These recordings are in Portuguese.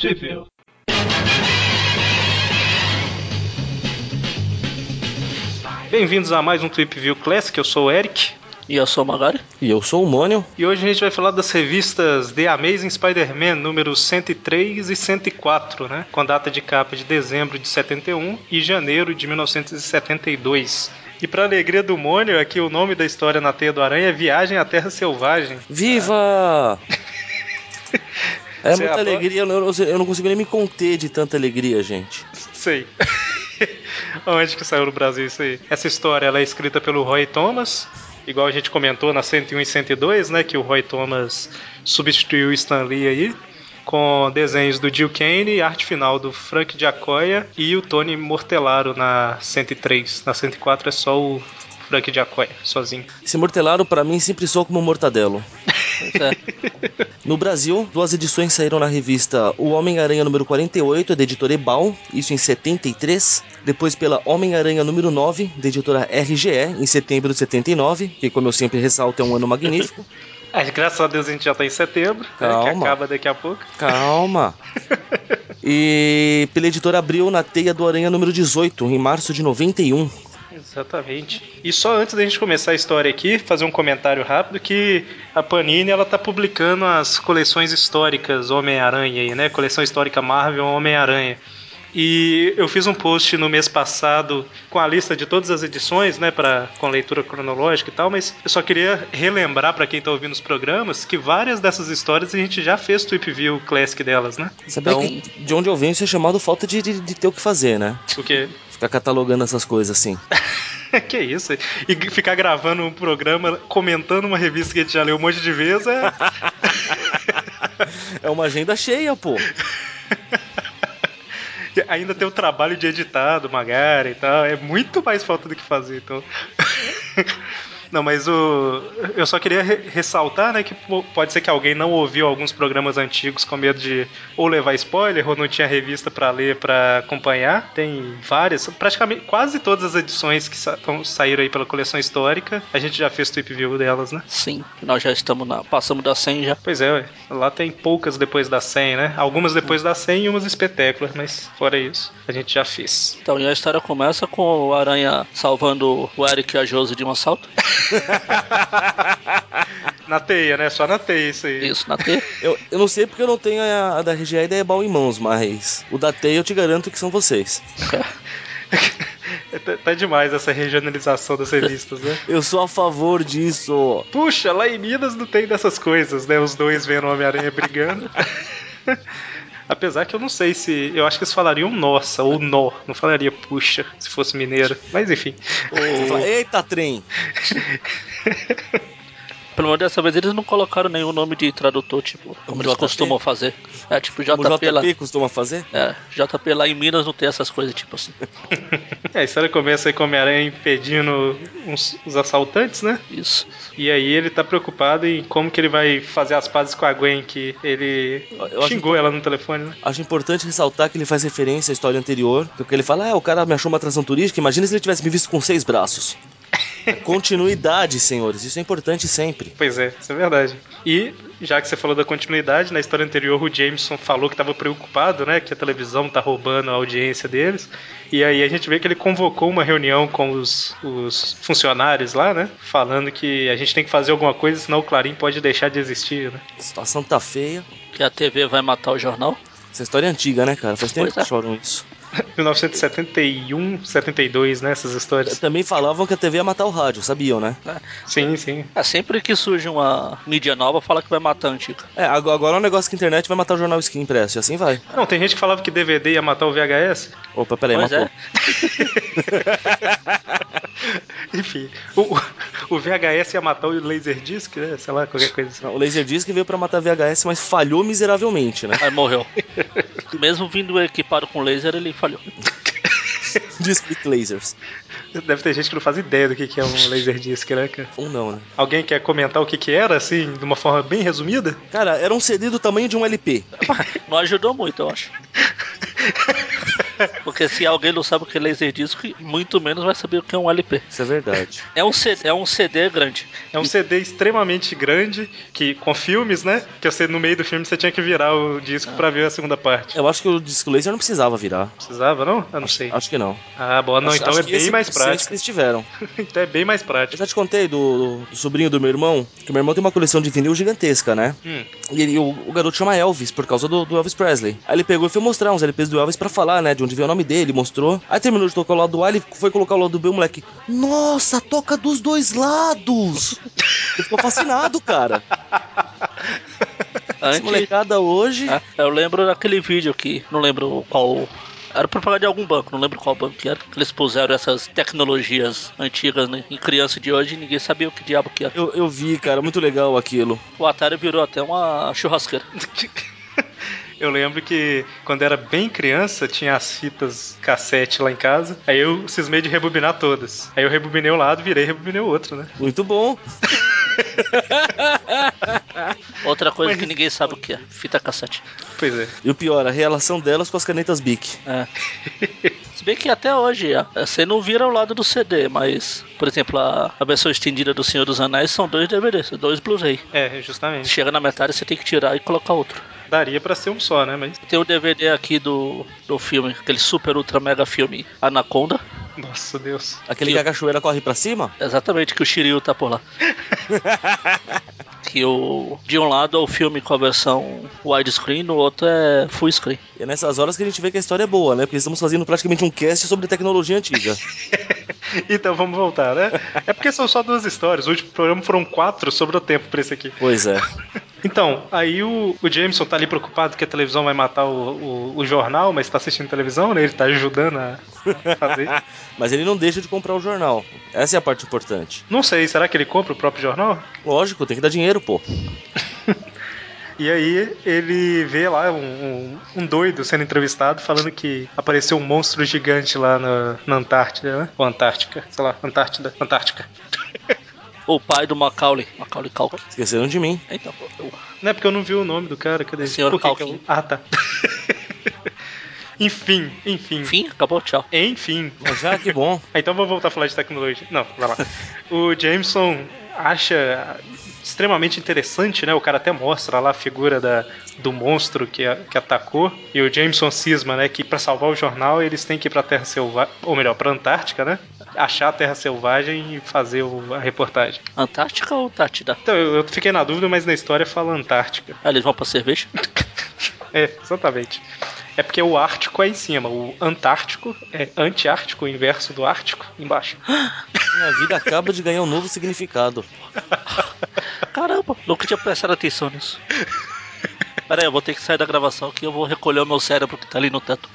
Trip View. Bem-vindos a mais um Trip View Classic, eu sou o Eric. E eu sou o Magari. E eu sou o Mônio. E hoje a gente vai falar das revistas The Amazing Spider-Man, números 103 e 104, né? Com data de capa de dezembro de 71 e janeiro de 1972. E pra alegria do Mônio, aqui o nome da história na Teia do Aranha é Viagem à Terra Selvagem. Viva! É Você muita adora? alegria, eu não consigo nem me conter de tanta alegria, gente. Sei. Onde que saiu no Brasil isso aí? Essa história ela é escrita pelo Roy Thomas, igual a gente comentou na 101 e 102, né? Que o Roy Thomas substituiu o Stan Lee aí, com desenhos do Gil Kane e arte final do Frank Giacoia e o Tony Mortellaro na 103. Na 104 é só o Frank Giacoia, sozinho. Esse Mortellaro pra mim sempre soa como mortadelo. No Brasil, 2 edições saíram na revista O Homem-Aranha número 48, da editora Ebal, isso em 73. Depois pela Homem-Aranha número 9, da editora RGE, em setembro de 79, que, como eu sempre ressalto, é um ano magnífico. Graças a Deus a gente já tá em setembro, né, que acaba daqui a pouco. Calma. E pela editora Abril, na Teia do Aranha número 18, em março de 91. Exatamente. E só antes da gente começar a história aqui, fazer um comentário rápido que a Panini ela tá publicando as coleções históricas Homem-Aranha aí, né? Coleção histórica Marvel Homem-Aranha. E eu fiz um post no mês passado com a lista de todas as edições, né, com leitura cronológica e tal, mas eu só queria relembrar pra quem tá ouvindo os programas que várias dessas histórias a gente já fez Trip View Classic delas, né? Sabia que de onde eu venho isso é chamado falta de ter o que fazer, né? O quê? Ficar catalogando essas coisas assim. Que isso? E ficar gravando um programa comentando uma revista que a gente já leu um monte de vezes é... É uma agenda cheia, pô. Ainda tem o trabalho de editar do Magari e tal. É muito mais falta do que fazer, então... Não, mas eu só queria ressaltar, né, que pode ser que alguém não ouviu alguns programas antigos com medo de ou levar spoiler ou não tinha revista pra ler, pra acompanhar. Tem várias, praticamente quase todas as edições que saíram aí pela coleção histórica, a gente já fez Trip View delas, né? Sim, nós já estamos passamos da 100 já. Pois é, ué. Lá tem poucas depois da 100, né? Algumas depois da 100 e umas espetáculas, mas fora isso, a gente já fez. Então, e a história começa com o Aranha salvando o Eric e a Josie de um assalto. Na teia, né? Só na teia isso aí. Isso, na teia. Eu não sei porque eu não tenho a da RGE e da Ebal em mãos, mas o da Teia eu te garanto que são vocês. Tá demais essa regionalização das revistas, né? Eu sou a favor disso. Puxa, lá em Minas não tem dessas coisas, né? Os dois vendo o Homem-Aranha brigando. Apesar que eu não sei se... Eu acho que eles falariam nossa ou nó. Não falaria puxa, se fosse mineiro. Mas enfim. Eita, trem! Pelo menos dessa vez eles não colocaram nenhum nome de tradutor, tipo, como eles costumam fazer. É, tipo, Como o JP lá. JP costuma fazer? É, JP lá em Minas não tem essas coisas, tipo assim. A história começa aí com o Homem-Aranha impedindo os assaltantes, né? Isso. E aí ele tá preocupado em como que ele vai fazer as pazes com a Gwen, que ele xingou ela no telefone, né? Acho importante ressaltar que ele faz referência à história anterior, porque ele fala, o cara me achou uma atração turística, imagina se ele tivesse me visto com 6 braços. Continuidade, senhores, isso é importante sempre. Pois é, isso é verdade. E, já que você falou da continuidade, na história anterior o Jameson falou que estava preocupado, né, que a televisão tá roubando a audiência deles, e aí a gente vê que ele convocou uma reunião com os funcionários lá, né, falando que a gente tem que fazer alguma coisa, senão o Clarim pode deixar de existir, né. A situação tá feia. Que a TV vai matar o jornal. Essa história é antiga, né, cara? Faz tempo que choram isso. 1971, 72, né, essas histórias. Também falavam que a TV ia matar o rádio, sabiam, né? Sim, sim. Sempre que surge uma mídia nova, fala que vai matar a antiga. Agora é um negócio que a internet vai matar o jornal skin impresso, e assim vai. Não, tem gente que falava que DVD ia matar o VHS. Opa, peraí, Pois matou. Enfim, o VHS ia matar o Laserdisc, né? Sei lá, qualquer coisa assim. Não, o Laserdisc veio pra matar VHS, mas falhou miseravelmente, né? Aí morreu. Mesmo vindo equipado com laser, ele falhou. Discrete Lasers. Deve ter gente que não faz ideia do que é um Laserdisc, né, cara? Ou não, né? Alguém quer comentar o que era, assim, de uma forma bem resumida? Cara, era um CD do tamanho de um LP. Não ajudou muito, eu acho. Porque se alguém não sabe o que é Laserdisc, muito menos vai saber o que é um LP. Isso é verdade. É um CD grande. É um CD extremamente grande, que, com filmes, né? Que você, no meio do filme você tinha que virar o disco pra ver a segunda parte. Eu acho que o disco laser não precisava virar. Precisava, não? Eu não sei. Acho que não. Ah, bom, não, então é bem mais que prático. eles tiveram. Então é bem mais Eu prático. já te contei do sobrinho do meu irmão, que meu irmão tem uma coleção de vinil gigantesca, né? E o garoto chama Elvis, por causa do Elvis Presley. Aí ele pegou e foi mostrar uns LPs do Elvis pra falar, né, de onde veio o nome dele, mostrou. Aí terminou de tocar o lado do A, ele foi colocar o lado do B, o moleque, nossa, toca dos dois lados! Ele ficou fascinado, cara. Essa molecada hoje... Eu lembro daquele vídeo que, não lembro qual... Era propaganda de algum banco, não lembro qual banco que era. Que eles puseram essas tecnologias antigas, né, em criança de hoje e ninguém sabia o que diabo que era. Eu vi, cara, muito legal aquilo. O Atari virou até uma churrasqueira. Eu lembro que quando era bem criança, tinha as fitas cassete lá em casa. Aí eu cismei de rebobinar todas. Aí eu rebobinei um lado, virei e rebobinei o outro, né? Muito bom. Outra coisa que ninguém sabe o que é, fita cassete. Pois é. E o pior, a relação delas com as canetas Bic. Se bem que até hoje, você não vira ao lado do CD, mas, por exemplo, a versão estendida do Senhor dos Anéis são 2 DVDs, 2 Blu-ray. É, justamente. Chega na metade, você tem que tirar e colocar outro. Daria pra ser um só, né? Mas. Tem o DVD aqui do filme, aquele super ultra mega filme Anaconda. Nossa, Deus. Aquele que a cachoeira corre pra cima? Exatamente, que o Shiryu tá por lá. Que de um lado é o filme com a versão widescreen, no outro é full screen. E é nessas horas que a gente vê que a história é boa, né? Porque estamos fazendo praticamente um cast sobre tecnologia antiga. Então vamos voltar, né? É porque são só 2 histórias. O último programa foram 4, sobrou tempo pra esse aqui. Pois é. Então, aí o Jameson tá ali preocupado que a televisão vai matar o jornal, mas tá assistindo televisão, né? Ele tá ajudando a fazer. Mas ele não deixa de comprar o jornal. Essa é a parte importante. Não sei, será que ele compra o próprio jornal? Lógico, tem que dar dinheiro, pô. E aí ele vê lá um doido sendo entrevistado falando que apareceu um monstro gigante lá na Antártida, né? Ou Antártica, sei lá, Antártica. O pai do Macaulay Culkin. Esqueceram de mim. Então, Não é porque eu não vi o nome do cara, cadê? O Sr. Culkin. Ah, tá. Enfim. Enfim, acabou, tchau. Enfim. Mas já, que bom. Então vou voltar a falar de tecnologia. Não, vai lá. O Jameson acha extremamente interessante, né? O cara até mostra lá a figura do monstro que atacou. E o Jameson cisma, né? Que pra salvar o jornal eles têm que ir pra Terra Selvagem, ou melhor, pra Antártica, né? Achar a Terra Selvagem e fazer a reportagem. Antártica ou Antártida? Então, eu fiquei na dúvida, mas na história fala Antártica. Ah, eles vão pra cerveja? É, exatamente. É porque o Ártico é em cima, o Antártico é antiártico, o inverso do Ártico, embaixo. Minha vida acaba de ganhar um novo significado. Caramba, nunca tinha prestado atenção nisso. Pera aí, eu vou ter que sair da gravação aqui, eu vou recolher o meu cérebro que tá ali no teto.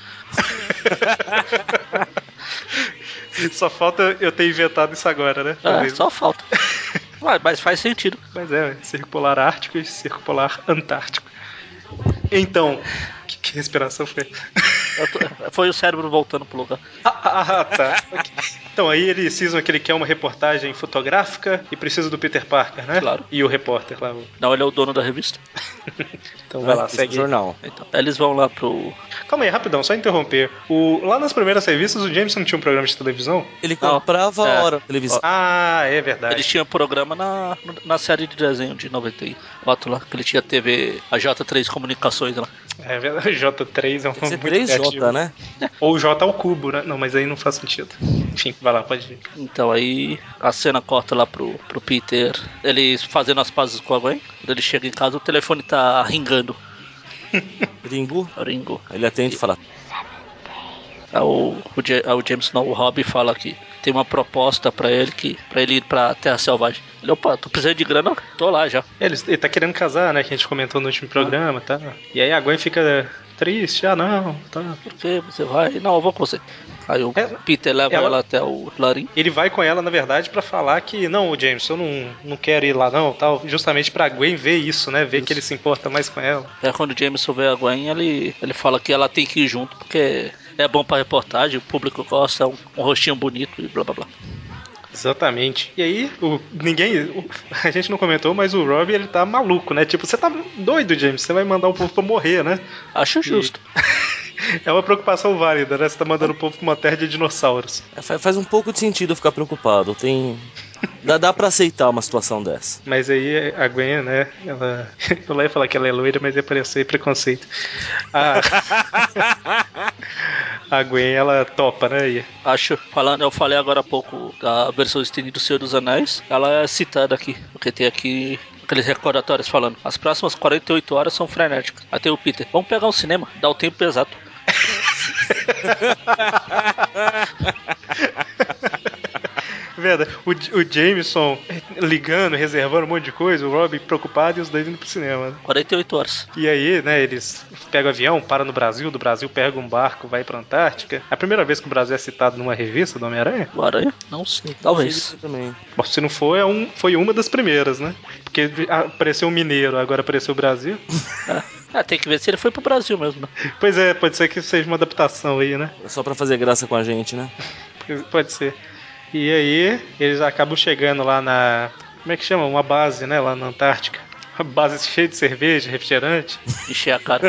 Só falta eu ter inventado isso agora, né? Só falta. Mas faz sentido. Mas Circo Polar Ártico e Circo Polar Antártico. Então, que respiração foi? Foi o cérebro voltando pro lugar. Tá. Okay. Então aí ele cisma que ele quer uma reportagem fotográfica e precisa do Peter Parker, né? Claro. E o repórter lá. Não, ele é o dono da revista. Então vai lá, segue o jornal. Então, eles vão lá pro... Calma aí, rapidão, só interromper. Lá nas primeiras revistas o Jameson tinha um programa de televisão? Ele comprava a hora na televisão. Ah, é verdade. Ele tinha programa na série de desenho de 94 lá, que ele tinha TV, a J3 Comunicações lá. É verdade, J3 é um nome muito 3J, criativo. né? Ou J ao cubo, né? Não, mas aí não faz sentido. Enfim, vai lá, pode ir. Então aí a cena corta lá pro Peter, ele fazendo as pazes com a Gwen. Quando ele chega em casa, o telefone tá ringando. Ringo. Ele atende e fala... O James, não, o Rob fala que tem uma proposta pra ele ir pra Terra Selvagem. Ele, opa, tô precisando de grana, tô lá já. Ele tá querendo casar, né? Que a gente comentou no último programa, tá? E aí a Gwen fica triste, não, tá. Por que você vai? Não, eu vou com você. Aí o Peter leva ela até o Larim. Ele vai com ela, na verdade, pra falar que não, o James, eu não quero ir lá não, tal. Justamente pra Gwen ver isso, né? Ver que ele se importa mais com ela. Quando o James vê a Gwen, ele fala que ela tem que ir junto, porque é bom pra reportagem, o público gosta, é um rostinho bonito e blá blá blá. Exatamente. E aí, a gente não comentou, mas o Rob, ele tá maluco, né? Tipo, você tá doido, James, você vai mandar o povo pra morrer, né? Acho justo. É uma preocupação válida, né? Você tá mandando o povo pra uma terra de dinossauros. Faz um pouco de sentido eu ficar preocupado. Dá pra aceitar uma situação dessa. Mas aí a Gwen, né? Ela. Eu não ia falar que ela é loira, mas ia parecer preconceito. A, a Gwen, ela topa, né? Eu falei agora há pouco da versão estendida do Senhor dos Anéis. Ela é citada aqui, porque tem aqui aqueles recordatórios falando: as próximas 48 horas são frenéticas. Aí tem o Peter: vamos pegar um cinema, dá o tempo exato. Verdade. O Jameson ligando, reservando um monte de coisa, o Robin preocupado e os dois indo pro cinema. Né? 48 horas. E aí, né, eles pegam o avião, param no Brasil, do Brasil pega um barco, vai pra Antártica. É a primeira vez que o Brasil é citado numa revista do Homem-Aranha? O Aranha? Não sei, talvez. Também. Bom, se não for, foi uma das primeiras, né? Porque apareceu um mineiro, agora apareceu o Brasil. Tem que ver se ele foi pro Brasil mesmo, né? Pois é, pode ser que seja uma adaptação aí, né? Só pra fazer graça com a gente, né? Pode ser. E aí, eles acabam chegando lá na... Como é que chama? Uma base, né? Lá na Antártica. Uma base cheia de cerveja, refrigerante. Encher a cara.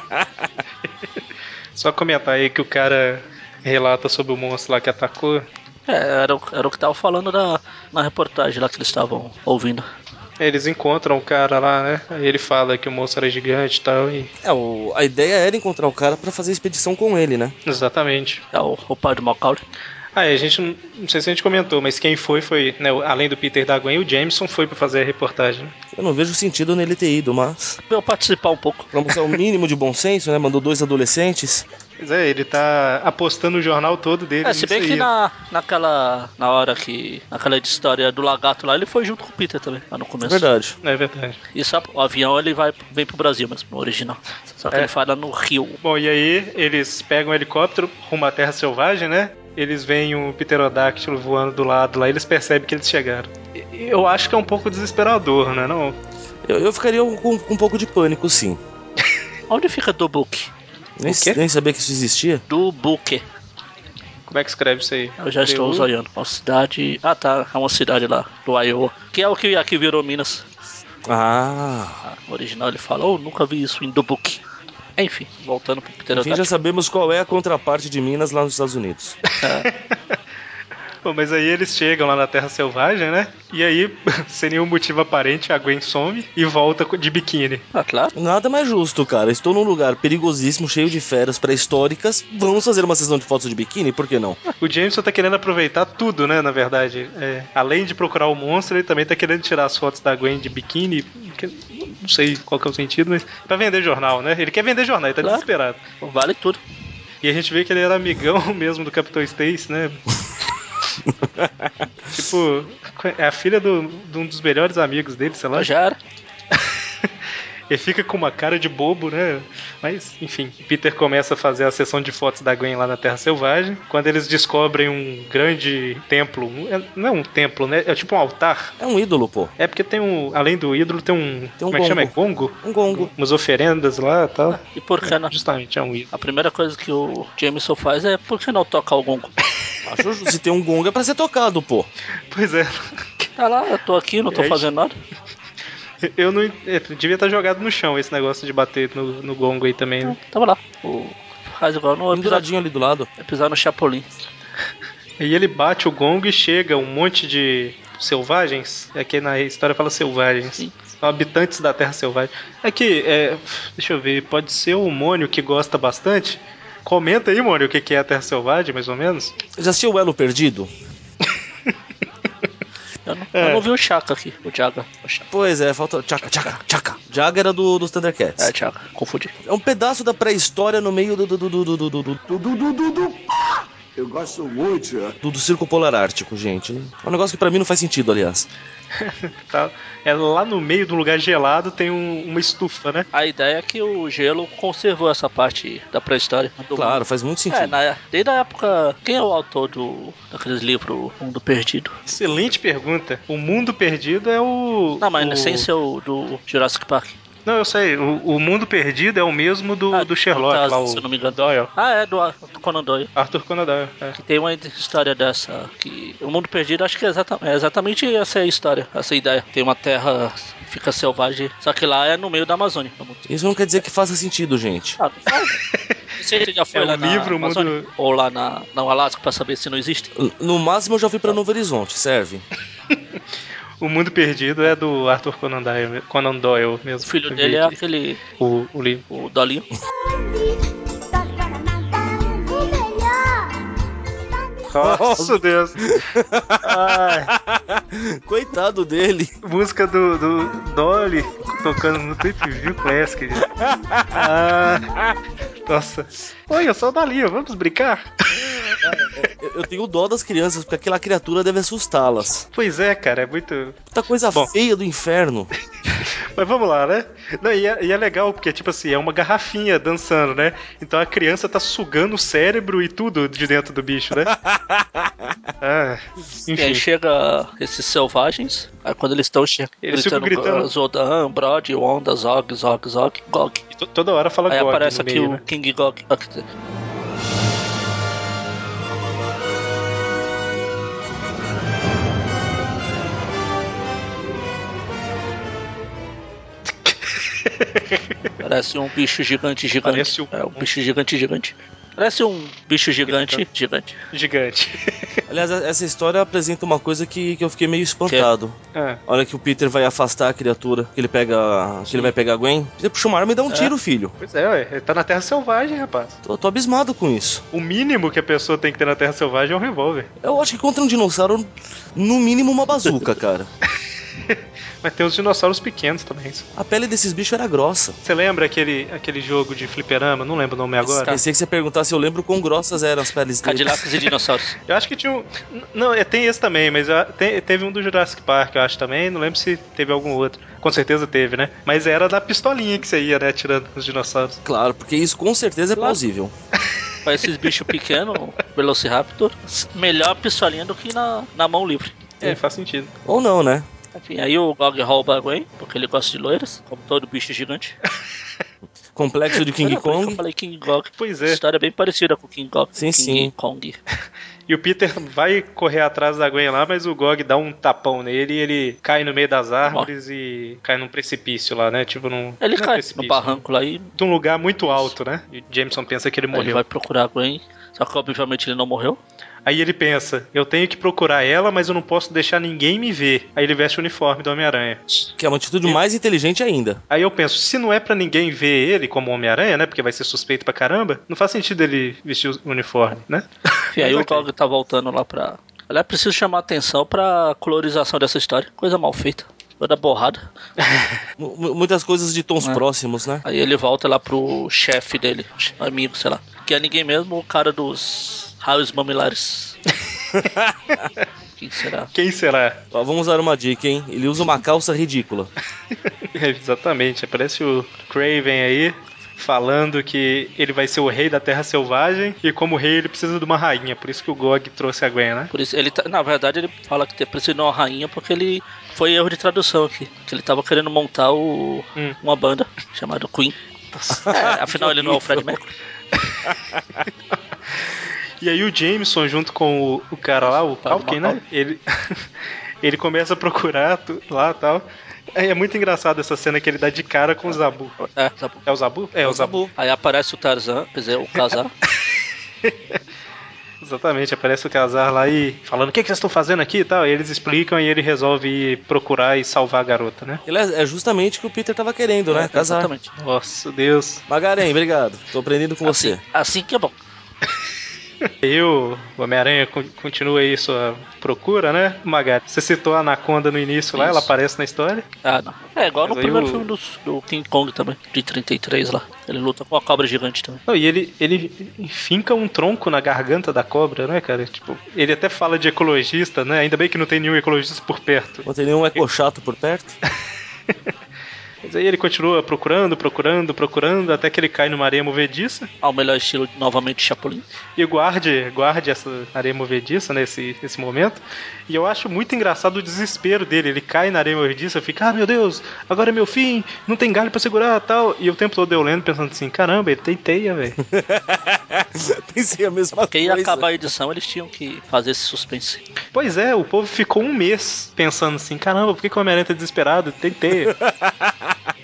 Só comentar aí que o cara relata sobre o monstro lá que atacou. Era o que tava falando na reportagem lá que eles estavam ouvindo. Eles encontram o cara lá, né? Aí ele fala que o monstro era gigante e tal. E... a ideia era encontrar o cara pra fazer a expedição com ele, né? Exatamente. É o pai do Macaulay. A gente não sei se a gente comentou, mas quem foi, né, além do Peter e da Gwen, o Jameson foi pra fazer a reportagem. Eu não vejo sentido nele ter ido, mas... Eu participar um pouco. Pra mostrar o mínimo de bom senso, né? Mandou 2 adolescentes. Pois é, ele tá apostando o jornal todo dele. Se bem que na hora que... Naquela história do lagarto lá, ele foi junto com o Peter também, lá no começo. Verdade. É verdade. E só o avião ele vem pro Brasil mesmo, no original. Só que ele fala no Rio. Bom, e aí eles pegam um helicóptero rumo à Terra Selvagem, né? Eles veem um pterodáctilo voando do lado lá e eles percebem que eles chegaram. Eu acho que é um pouco desesperador, né? Não? Eu ficaria com um pouco de pânico, sim. Onde fica Dubuque? Nem sabia que isso existia. Dubuque. Como é que escreve isso aí? Eu já estou olhando. Uma cidade... Ah, tá. É uma cidade lá, do Iowa. Que é o que aqui virou Minas. No original ele fala: nunca vi isso em Dubuque. Enfim, voltando pro pterodáctilo. Enfim, já sabemos qual é a contraparte de Minas lá nos Estados Unidos. Bom, mas aí eles chegam lá na Terra Selvagem, né? E aí, sem nenhum motivo aparente, a Gwen some e volta de biquíni. Claro. Nada mais justo, cara. Estou num lugar perigosíssimo, cheio de feras pré-históricas. Vamos fazer uma sessão de fotos de biquíni? Por que não? O Jameson tá querendo aproveitar tudo, né? Na verdade. Além de procurar o monstro, ele também tá querendo tirar as fotos da Gwen de biquíni. Não sei qual que é o sentido, mas pra vender jornal, né? Ele quer vender jornal, ele tá desesperado. Vale tudo. E a gente vê que ele era amigão mesmo do Capitão Stacy, né? Tipo, é a filha de um dos melhores amigos dele, sei lá. Já era. Ele fica com uma cara de bobo, né? Mas, enfim, Peter começa a fazer a sessão de fotos da Gwen lá na Terra Selvagem. Quando eles descobrem um grande templo, não é um templo, né? É tipo um altar. É um ídolo, pô. É porque além do ídolo, tem um como é que chama? É gongo? Um gongo. Umas oferendas lá e tal. E por que não? Justamente, é um ídolo. A primeira coisa que o Jameson faz é: por que não tocar o gongo? Acho justo. Se tem um gongo é pra ser tocado, pô. Pois é. Tá lá, eu tô aqui, não tô fazendo nada. Eu não. Devia estar jogado no chão esse negócio de bater no gongo aí também. Né? Tava lá. Faz igual no episódio ali do lado. Episódio no Chapolin. E ele bate o gongo e chega um monte de selvagens. Aqui na história fala selvagens. Sim. São habitantes da Terra Selvagem. Aqui, deixa eu ver, pode ser o Mônio que gosta bastante. Comenta aí, Mônio, o que é a Terra Selvagem, mais ou menos. Já assistiu o Elo Perdido? Eu não vi o Chaka aqui, o Jaga. Pois é, falta Chaka. Jaga era dos Thundercats. É, Chaka, confundi. É um pedaço da pré-história no meio Eu gosto muito. do Circo Polar Ártico, gente. É um negócio que pra mim não faz sentido, aliás. Tá. Lá no meio de um lugar gelado tem uma estufa, né? A ideia é que o gelo conservou essa parte da pré-história. Claro, faz muito sentido. Desde a época... Quem é o autor daqueles livros Mundo Perdido? Excelente pergunta. O Mundo Perdido é o... Não, mas sem ser o do Jurassic Park. Não, eu sei. O Mundo Perdido é o mesmo do Sherlock, lá, se eu não me engano. Doyle. Do Conan Doyle. Arthur Conan Doyle, Que tem uma história dessa, que o Mundo Perdido, acho que é exatamente essa é a história, essa ideia. Tem uma terra, fica selvagem, só que lá é no meio da Amazônia. Isso não quer dizer que faça sentido, gente. Não faz. Você já foi É, lá o na livro, o Amazônia? mundo- Ou lá no Alasca pra saber se não existe? No máximo eu já fui pra Novo Horizonte, serve? O Mundo Perdido é do Arthur Conan Doyle O mesmo. filho Eu vi dele é aqui. aquele... O livro. O Dolinho. Nossa, Deus. Ai, Coitado dele. música do Dolly tocando no Trip View Classic. Ah, nossa. Oi, eu sou o Dalinho, vamos brincar? Eu tenho dó das crianças, porque aquela criatura deve assustá-las. Pois é, cara, é muito... Puta coisa Bom. feia do inferno. Mas vamos lá, né? Não, e é legal, porque, tipo assim, é uma garrafinha dançando, né? Então a criança tá sugando o cérebro e tudo de dentro do bicho, né? Ah, E aí enfim. chega esses selvagens, aí quando eles estão Eles ficam gritando. Zodan, Brod, Wanda, Zog, Zog, Zog, Gog. E toda hora fala Aí Gog aparece no aqui meio, o né? King Gog. Parece um bicho gigante. Parece É um bicho gigante. Parece um bicho gigante. Gigante. Aliás, essa história apresenta uma coisa que eu fiquei meio espantado. Ah, Olha que o Peter vai afastar a criatura, que ele vai pegar a Gwen. Você puxa uma arma e dá um tiro, filho. pois é, ué, ele tá na Terra Selvagem, rapaz. Tô abismado com isso. O mínimo que a pessoa tem que ter na Terra Selvagem é um revólver. Eu acho que contra um dinossauro, no mínimo uma bazuca, cara. Mas tem os dinossauros pequenos também. A pele desses bichos era grossa. Você lembra aquele jogo de fliperama? Não lembro o nome agora. Pensei que você perguntasse se eu lembro quão grossas eram as peles deles. Cadillacs e dinossauros. Eu acho que tinha um... Não, tem esse também, mas teve um do Jurassic Park, eu acho também. Não lembro se teve algum outro. Com certeza teve, né? Mas era da pistolinha que você ia, né? Atirando nos dinossauros. Claro, porque isso com certeza é Claro. plausível. Pra esses bichos pequenos, Velociraptor, melhor pistolinha do que na mão livre. É, faz sentido. Ou não, né? Enfim, aí o Gog rouba a Gwen, porque ele gosta de loiras, como todo bicho gigante. Complexo de King Por isso que eu Kong. falei King Gog. Pois é. História bem parecida com o King Gog. Sim, King sim. Kong. E o Peter vai correr atrás da Gwen lá, mas o Gog dá um tapão nele e ele cai no meio das árvores e cai num precipício lá, né? Tipo num... Ele não é cai precipício, no barranco lá e de um lugar muito alto, né? E Jameson pensa que ele aí ele morreu. vai procurar a Gwen. Só que obviamente ele não morreu. Aí ele pensa, eu tenho que procurar ela, mas eu não posso deixar ninguém me ver. Aí ele veste o uniforme do Homem-Aranha. Que é uma atitude mais inteligente ainda. Aí eu penso, se não é pra ninguém ver ele como Homem-Aranha, né? Porque vai ser suspeito pra caramba, não faz sentido ele vestir o uniforme, né? E aí Mas o ok. Gog tá voltando lá pra... Aliás, preciso chamar a atenção pra colorização dessa história. Coisa mal feita. Toda borrada. Muitas coisas de tons É. próximos, né? Aí ele volta lá pro chefe dele, amigo, sei lá. Que é ninguém mesmo, o cara dos raios mamilares. Quem será? Quem será? Ó, vamos dar uma dica, hein? Ele usa uma calça ridícula. Exatamente, aparece o Craven aí falando que ele vai ser o rei da Terra Selvagem e como rei ele precisa de uma rainha, por isso que o Gog trouxe a Gwen, né? Por isso, ele tá, na verdade, ele fala que precisa de uma rainha porque ele foi erro de tradução aqui. Que ele tava querendo montar uma banda chamada Queen. É, afinal, ele não é o Fred Mercury. E aí o Jameson junto com o cara lá, o Falcon, né? Ele começa a procurar lá e tal. É muito engraçado essa cena que ele dá de cara com o Zabu. É, Zabu. É o Zabu? É o Zabu. Aí aparece o Tarzan, quer dizer, o Kazar. Exatamente, aparece o Kazar lá e falando o que vocês estão fazendo aqui e tal. E eles explicam e ele resolve ir procurar e salvar a garota, né? Ele é justamente o que o Peter tava querendo, né? Casar. Exatamente. Nossa, Deus. Magaren, obrigado. Tô aprendendo com você. Assim que é bom. E o Homem-Aranha continua aí sua procura, né? Magari, você citou a Anaconda no início lá, Isso. ela aparece na história. Ah, não. É igual Mas no aí primeiro o- filme do King Kong também, de 33 lá. Ele luta com a cobra gigante também. Não, e ele finca um tronco na garganta da cobra, né, cara? Tipo, ele até fala de ecologista, né? Ainda bem que não tem nenhum ecologista por perto. Não tem nenhum ecochato por perto? Mas aí ele continua procurando, até que ele cai numa areia movediça. Ao melhor estilo, novamente, Chapolin. E guarde essa areia movediça nesse momento. E eu acho muito engraçado o desespero dele. Ele cai na areia movediça, fica, meu Deus, agora é meu fim, não tem galho pra segurar tal. E o tempo todo eu lendo, pensando assim, caramba, ele tem teia, velho. Pensei a mesma Porque ia coisa. acabar a edição, eles tinham que fazer esse suspense. Pois é, o povo ficou um mês pensando assim, caramba, por que o Homem-Aranha tá desesperado? Tem teia.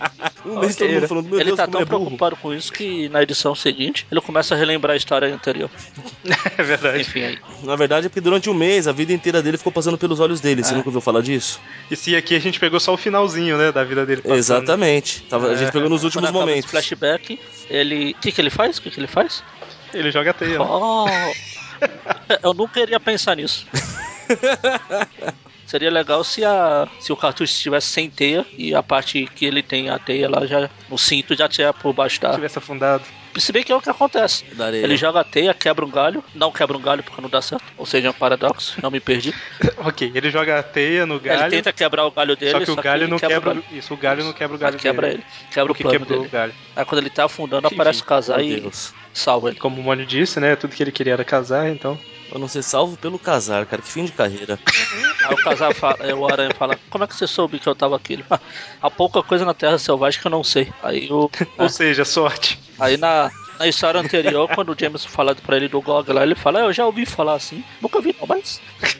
Um mês todo mundo falando, meu Ele Deus, tá como tão ele é burro. preocupado com isso que na edição seguinte ele começa a relembrar a história anterior. É verdade. Enfim, aí. Na verdade é porque durante um mês a vida inteira dele ficou passando pelos olhos dele. Você nunca ouviu falar disso? E se aqui a gente pegou só o finalzinho, né, da vida dele passando. Exatamente. A gente pegou nos últimos Quando acaba esse momentos. flashback, ele. O que ele faz? O que ele faz? Ele joga a teia, né? Oh! Eu nunca iria pensar nisso. Seria legal se o cartucho estivesse sem teia e a parte que ele tem a teia lá já no cinto já tinha por baixo da. Tivesse afundado. Se bem que é o que acontece. Da areia. Ele joga a teia, quebra um galho. Não quebra um galho porque não dá certo. Ou seja, é um paradoxo. Não me perdi. Ok, ele joga a teia no galho. Ele tenta quebrar o galho dele. Só que o galho não quebra. O galho. Isso, o galho não quebra o galho Quebra dele. ele. Quebra o Porque plano quebrou dele. o galho. Aí quando ele tá afundando, Enfim, aparece o casar meu e Deus. salva ele. Como o Mônio disse, né? Tudo que ele queria era casar, então. Pra não ser salvo pelo casar, cara. Que fim de carreira. Aí o casal fala, o Aranha fala, como é que você soube que eu tava aqui? Ele fala, há pouca coisa na Terra Selvagem que eu não sei. Aí Ou seja, sorte. Aí na história anterior, quando o James fala pra ele do GOG lá, ele fala, eu já ouvi falar assim, nunca vi não, mas...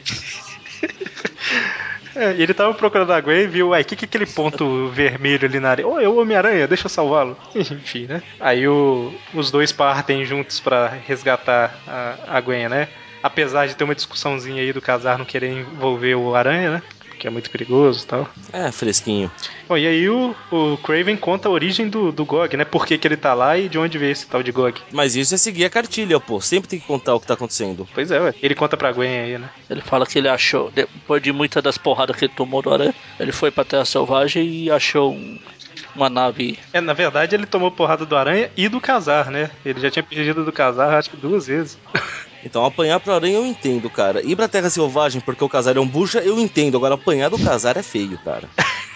E ele tava procurando a Gwen e viu, o que é aquele ponto vermelho ali na areia? Oh, é o Homem-Aranha, deixa eu salvá-lo. Enfim, né? Aí os dois partem juntos pra resgatar a Gwen, né? Apesar de ter uma discussãozinha aí do casar não querer envolver o Aranha, né? Que é muito perigoso e tal. É, fresquinho. Bom, e aí o Kraven conta a origem do GOG, né? Por que ele tá lá e de onde veio esse tal de GOG. Mas isso é seguir a cartilha, pô. Sempre tem que contar o que tá acontecendo. Pois é, ué. Ele conta pra Gwen aí, né? Ele fala que ele achou, depois de muitas das porradas que ele tomou do Aranha, ele foi pra Terra Selvagem e achou uma nave... Na verdade ele tomou porrada do Aranha e do casar, né? Ele já tinha perdido do casar acho que 2 vezes. Então apanhar pro aranha eu entendo, cara. Ir pra Terra Selvagem porque o casar é um bucha, eu entendo. Agora apanhar do casar é feio, cara.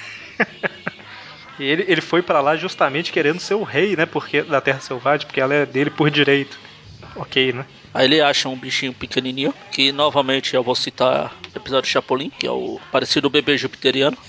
E ele foi pra lá justamente querendo ser o rei, né? Porque, da Terra Selvagem, porque ela é dele por direito. Ok, né? Aí ele acha um bichinho pequenininho, que novamente eu vou citar o episódio Chapolin, que é o parecido bebê jupiteriano.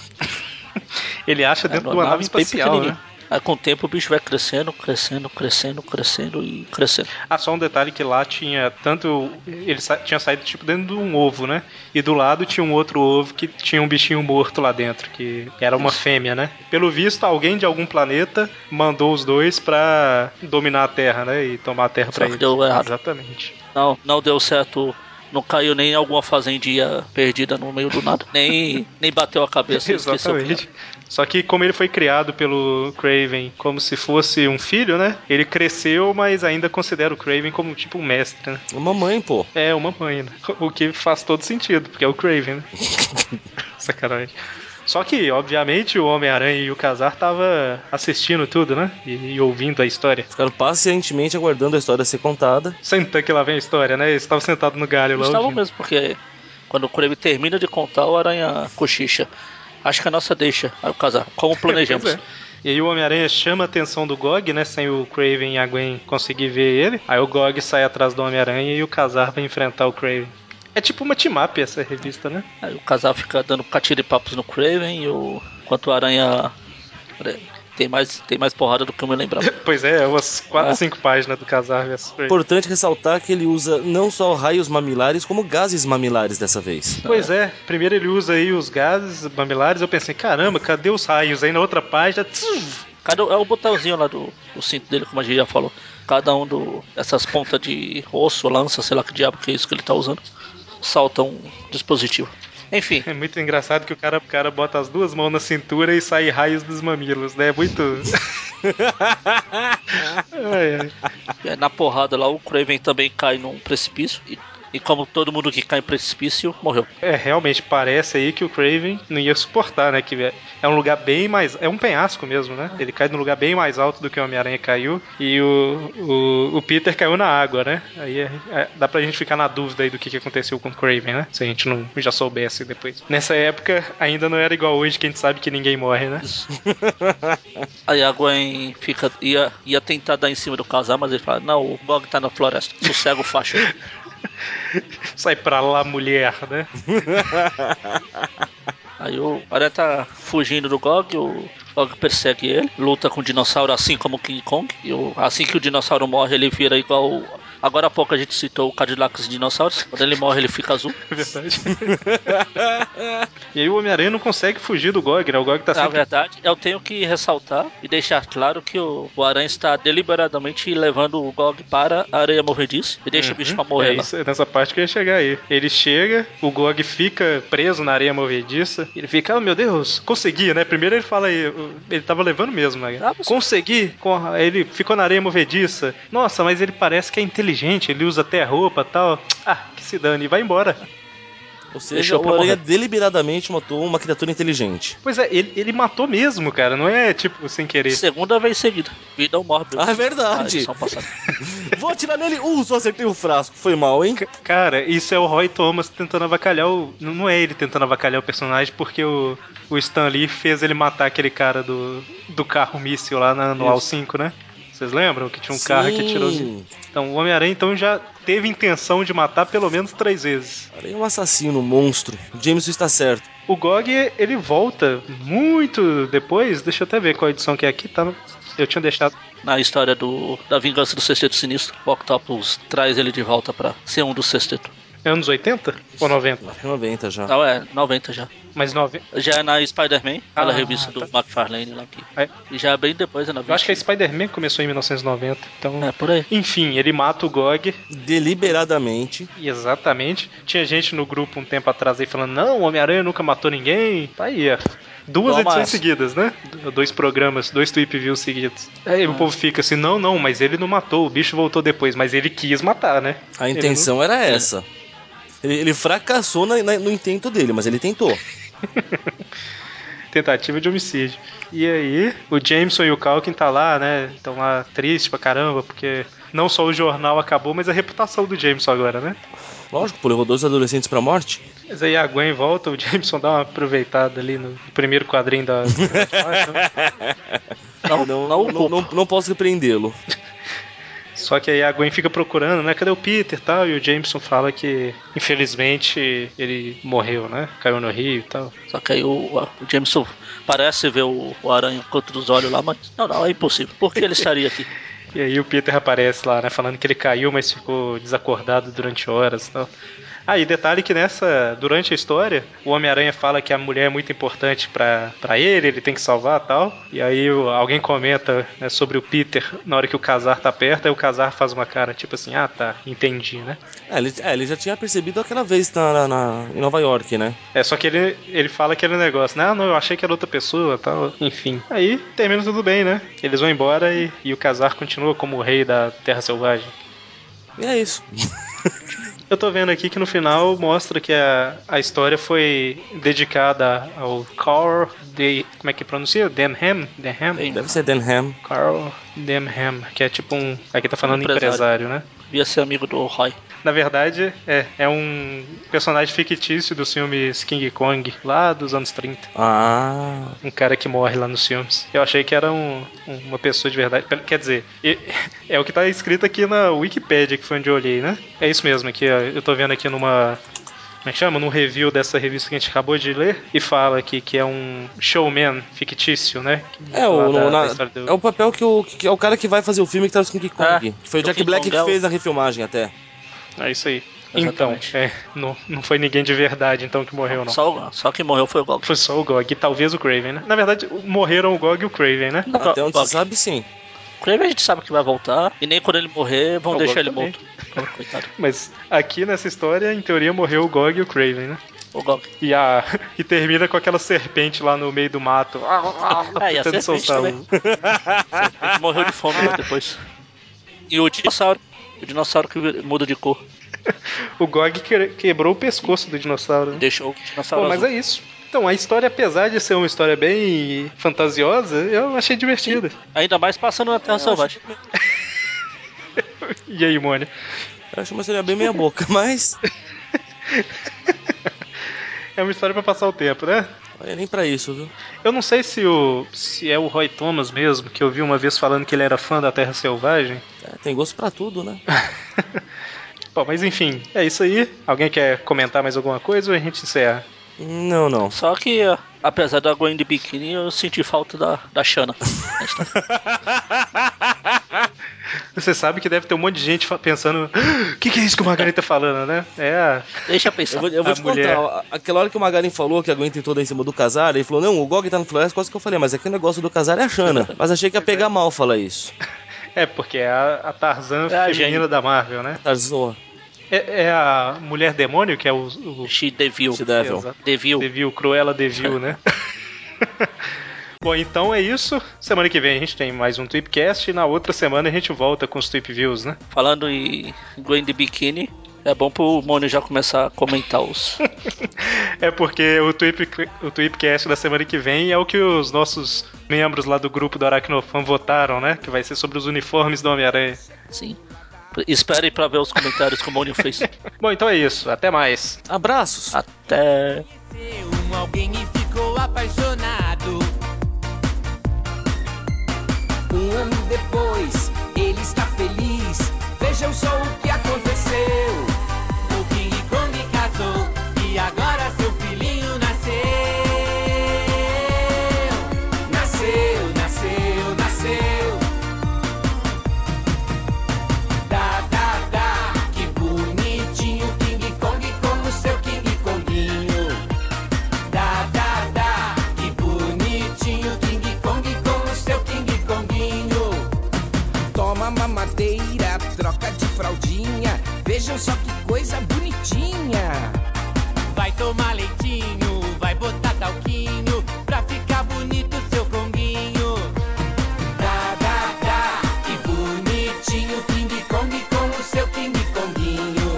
Ele acha dentro de uma nave espacial, né? Aí com o tempo o bicho vai crescendo, crescendo, crescendo, crescendo e crescendo. Ah, só um detalhe que lá tinha tanto... Ele tinha saído tipo dentro de um ovo, né? E do lado tinha um outro ovo que tinha um bichinho morto lá dentro, que era uma fêmea, né? Pelo visto, alguém de algum planeta mandou os dois pra dominar a Terra, né? E tomar a Terra Só pra que eles. deu errado. Exatamente. Não deu certo, não caiu nem em alguma fazendinha perdida no meio do nada, nem bateu a cabeça e esqueceu quem era. Exatamente. Só que como ele foi criado pelo Kraven como se fosse um filho, né? Ele cresceu, mas ainda considera o Kraven como tipo um mestre, né? Uma mãe, pô. É, uma mãe, né? O que faz todo sentido, porque é o Kraven, né? Sacanagem. Só que, obviamente, o Homem-Aranha e o Casar tava assistindo tudo, né? E ouvindo a história. Ficaram pacientemente aguardando a história ser contada. Senta que lá vem a história, né? Eles estavam sentados no galho lá Eles estavam ouvindo. mesmo, porque quando o Kraven termina de contar, o Aranha cochicha. Acho que a nossa deixa. Aí o casal, como planejamos. Pois é. E aí o Homem-Aranha chama a atenção do GOG, né? Sem o Kraven e a Gwen conseguir ver ele. Aí o GOG sai atrás do Homem-Aranha e o Casar vai enfrentar o Kraven. É tipo uma team-up essa revista, né? Aí o casal fica dando catiripapos no Kraven enquanto o Aranha tem mais porrada do que eu me lembrava. Pois é, umas 4, 5 páginas do Casar versus Kraven. Importante ressaltar que ele usa não só raios mamilares, como gases mamilares dessa vez. Pois é, primeiro ele usa aí os gases mamilares, eu pensei, caramba, cadê os raios? Aí na outra página... É o botãozinho lá do cinto dele, como a gente já falou. Cada um dessas pontas de osso, lança, sei lá que diabo que é isso que ele tá usando, salta um dispositivo. Enfim. É muito engraçado que o cara bota as duas mãos na cintura e sai raios dos mamilos, né? É muito... ai, ai. Na porrada lá, o Kraven também cai num precipício. E como todo mundo que cai em precipício, morreu. É, realmente parece aí que o Kraven não ia suportar, né? Que é um lugar bem mais... É um penhasco mesmo, né? Ele cai num lugar bem mais alto do que o Homem-Aranha caiu. E o Peter caiu na água, né? Aí dá pra gente ficar na dúvida aí do que aconteceu com o Kraven, né? Se a gente não já soubesse depois. Nessa época, ainda não era igual hoje, que a gente sabe que ninguém morre, né? Aí a Gwen ia tentar dar em cima do casal, mas ele fala, não, o Bog tá na floresta, sossega o facho. Sai pra lá, mulher, né? Aí o Aranha tá fugindo do Gog, o Gog persegue ele, luta com o dinossauro assim como o King Kong. E assim que o dinossauro morre, ele vira igual... Agora há pouco a gente citou o Cadillac dos dinossauros. Quando ele morre, ele fica azul. É verdade. E aí o Homem-Aranha não consegue fugir do Gog, né? O Gog tá Na sempre... verdade, eu tenho que ressaltar e deixar claro que o Aranha está deliberadamente levando o Gog para a areia movediça e deixa o bicho pra morrer É lá. isso, é nessa parte que eu ia chegar aí. Ele chega, o Gog fica preso na areia movediça, ele fica, oh meu Deus, consegui, né? Primeiro ele fala aí, ele tava levando mesmo, né? Ah, mas- Consegui! Ele ficou na areia movediça. Nossa, mas ele parece que é inteligente, ele usa até roupa e tal. Ah, que se dane, e vai embora. Ou seja, Deixou o pra Aranha morrer. deliberadamente matou uma criatura inteligente. Pois é, ele matou mesmo, cara, não é tipo sem querer. Segunda vez seguida. Vida ao Morbius. Ah, é verdade. Edição passada. Vou atirar nele. Só acertei o frasco. Foi mal, hein? Cara, isso é o Roy Thomas tentando avacalhar o... Não é ele tentando avacalhar o personagem, porque o Stan Lee fez ele matar aquele cara do carro míssil lá no Isso. AL-5, né? Vocês lembram que tinha um carro que atirou... Sim. Então, o Homem-Aranha então já teve intenção de matar pelo menos 3 vezes. Aranha é um assassino, um monstro. O Jameson está certo. O Gog, ele volta muito depois, deixa eu até ver qual edição que é aqui, tá? Eu tinha deixado... Na história da vingança do Sexteto Sinistro, o Octopus traz ele de volta pra ser um dos Sexteto. Anos 80 ou 90? 90 já. Não, é 90 já. Mas 90... Já é na Spider-Man, aquela Ah, revista do tá. McFarlane lá aqui. É. E já é bem depois, é na Eu acho que a 20. Spider-Man começou em 1990, então... É, por aí. Enfim, ele mata o Gog. Deliberadamente. Exatamente. Tinha gente no grupo um tempo atrás aí falando: não, o Homem-Aranha nunca matou ninguém. Tá aí, ó. Duas Toma edições essa. seguidas, né? 2 programas, 2 tweet views seguidos. Aí o povo fica assim: não, mas ele não matou, o bicho voltou depois, mas ele quis matar, né? A intenção era essa. Ele fracassou no intento dele, mas ele tentou. Tentativa de homicídio. E aí, o Jameson e o Calkin tá lá, né? Estão lá triste pra caramba, porque não só o jornal acabou, mas a reputação do Jameson agora, né? Lógico, pô, levou 2 adolescentes pra morte. Mas aí a Gwen volta, o Jameson dá uma aproveitada ali no primeiro quadrinho da Flash, né? Não posso repreendê-lo. Só que aí a Gwen fica procurando, né? Cadê o Peter e tal? E o Jameson fala que, infelizmente, ele morreu, né? Caiu no rio e tal. Só que aí o Jameson parece ver o Aranha contra os olhos lá, mas não, é impossível. Por que ele estaria aqui? E aí o Peter aparece lá, né? Falando que ele caiu, mas ficou desacordado durante horas e tal. Ah, e detalhe que durante a história, o Homem-Aranha fala que a mulher é muito importante pra ele tem que salvar e tal. E aí alguém comenta, né, sobre o Peter na hora que o Kazar tá perto, aí o Kazar faz uma cara tipo assim, ah tá, entendi, né? Ele já tinha percebido aquela vez em Nova York, né? Só que ele fala aquele negócio, né? Ah, não, eu achei que era outra pessoa tal. Enfim. Aí termina tudo bem, né? Eles vão embora e o Kazar continua como o rei da Terra Selvagem. E é isso. Eu tô vendo aqui que no final mostra que a história foi dedicada ao Carl como é que pronuncia? Denham? Deve ser Denham. Carl Denham, que é tipo um... Aqui tá falando Empresário. empresário, né? Devia ser amigo do Roy. Na verdade, é um personagem fictício dos filmes King Kong, lá dos anos 30. Ah. Um cara que morre lá nos filmes. Eu achei que era uma pessoa de verdade. Quer dizer, é o que tá escrito aqui na Wikipedia, que foi onde eu olhei, né? É isso mesmo, aqui, ó, eu tô vendo aqui numa... Como é que chama? Num review dessa revista que a gente acabou de ler. E fala aqui que é um showman fictício, né? É o papel que é o cara que vai fazer o filme que tá no King Kong. Que foi o Jack Black que fez a refilmagem até. É isso aí. Exatamente. Então, não foi ninguém de verdade então que morreu, não. Só quem morreu foi o Gog. Foi só o Gog e talvez o Craven, né? Na verdade, morreram o Gog e o Craven, né? Não, Até onde Gog. você sabe, sim. O Craven a gente sabe que vai voltar. E nem quando ele morrer vão O deixar Gog ele também. morto. Coitado. Mas aqui nessa história, em teoria, morreu o Gog e o Craven, né? O Gog. E termina com aquela serpente lá no meio do mato. E a tentando serpente soltar também. A serpente morreu de fome lá depois. E o dinossauro. O dinossauro que muda de cor. O Gog quebrou o pescoço do dinossauro, E né? deixou o dinossauro Pô, mas azul. é isso. Então, a história, apesar de ser uma história bem fantasiosa, eu achei divertida. Ainda mais passando na Terra Selvagem. E aí, Mônia? Eu acho uma história bem meia boca, mas... É uma história pra passar o tempo, né? Olha, nem pra isso, viu? Eu não sei se é o Roy Thomas mesmo, que eu vi uma vez falando que ele era fã da Terra Selvagem. Tem gosto pra tudo, né? Bom, mas enfim, é isso aí. Alguém quer comentar mais alguma coisa ou a gente encerra? Não. Só que, apesar da Gwen de biquíni, eu senti falta da Shanna. Você sabe que deve ter um monte de gente pensando: o que é isso que o Magari tá falando, né? Deixa eu pensar. Eu vou te mulher. contar, aquela hora que o Magarin falou que a Gwen tentou dar em cima do Kazar, ele falou, não, o Gog tá no floresta, quase que eu falei, mas aqui o negócio do Kazar é a Shanna. Mas achei que ia pegar mal falar isso. Porque é a Tarzan É a feminina Jane. da Marvel, né? Tarzan, É a mulher demônio, que é o She Devil. She Devil. Exato. Devil. Devil, Cruella Devil, né? Bom, então é isso. Semana que vem a gente tem mais um Tweepcast e na outra semana a gente volta com os Tweep Views, né? Falando em Gwen de biquíni, é bom pro Mônio já começar a comentar os... É porque o Tweepcast da semana que vem é o que os nossos membros lá do grupo do Aracnofan votaram, né? Que vai ser sobre os uniformes do Homem-Aranha. Sim. Espere pra ver os comentários que o Mônio fez. Bom, então é isso. Até mais. abraços. Até... Alguém e ficou apaixonado. Um ano depois, ele está feliz. Vejam só o que aconteceu. O King Kong casou e agora seu filhinho nasceu. Nasceu, nasceu, nasceu. Que bonitinho King Kong com o seu King Konguinho. Que bonitinho King Kong com o seu King Konguinho. Toma mamadeira, troca de fraldinha. Vejam só que coisa bonitinha. Vai tomar leitinho, vai botar talquinho pra ficar bonito seu Konguinho. Que bonitinho King Kong com o seu King Konguinho.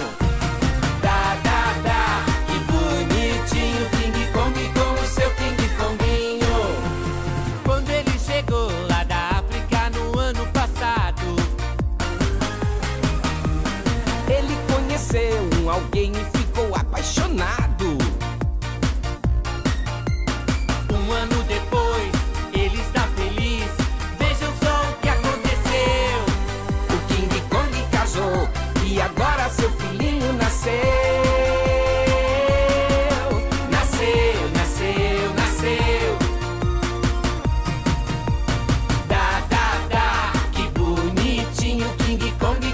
Que bonitinho King Kong com o seu King Konguinho. Quando ele chegou lá da África no ano passado, ele conheceu alguém e ficou apaixonado. Um ano depois, ele está feliz. Vejam só o que aconteceu. O King Kong casou e agora seu filhinho nasceu. Nasceu, nasceu, nasceu. Que bonitinho King Kong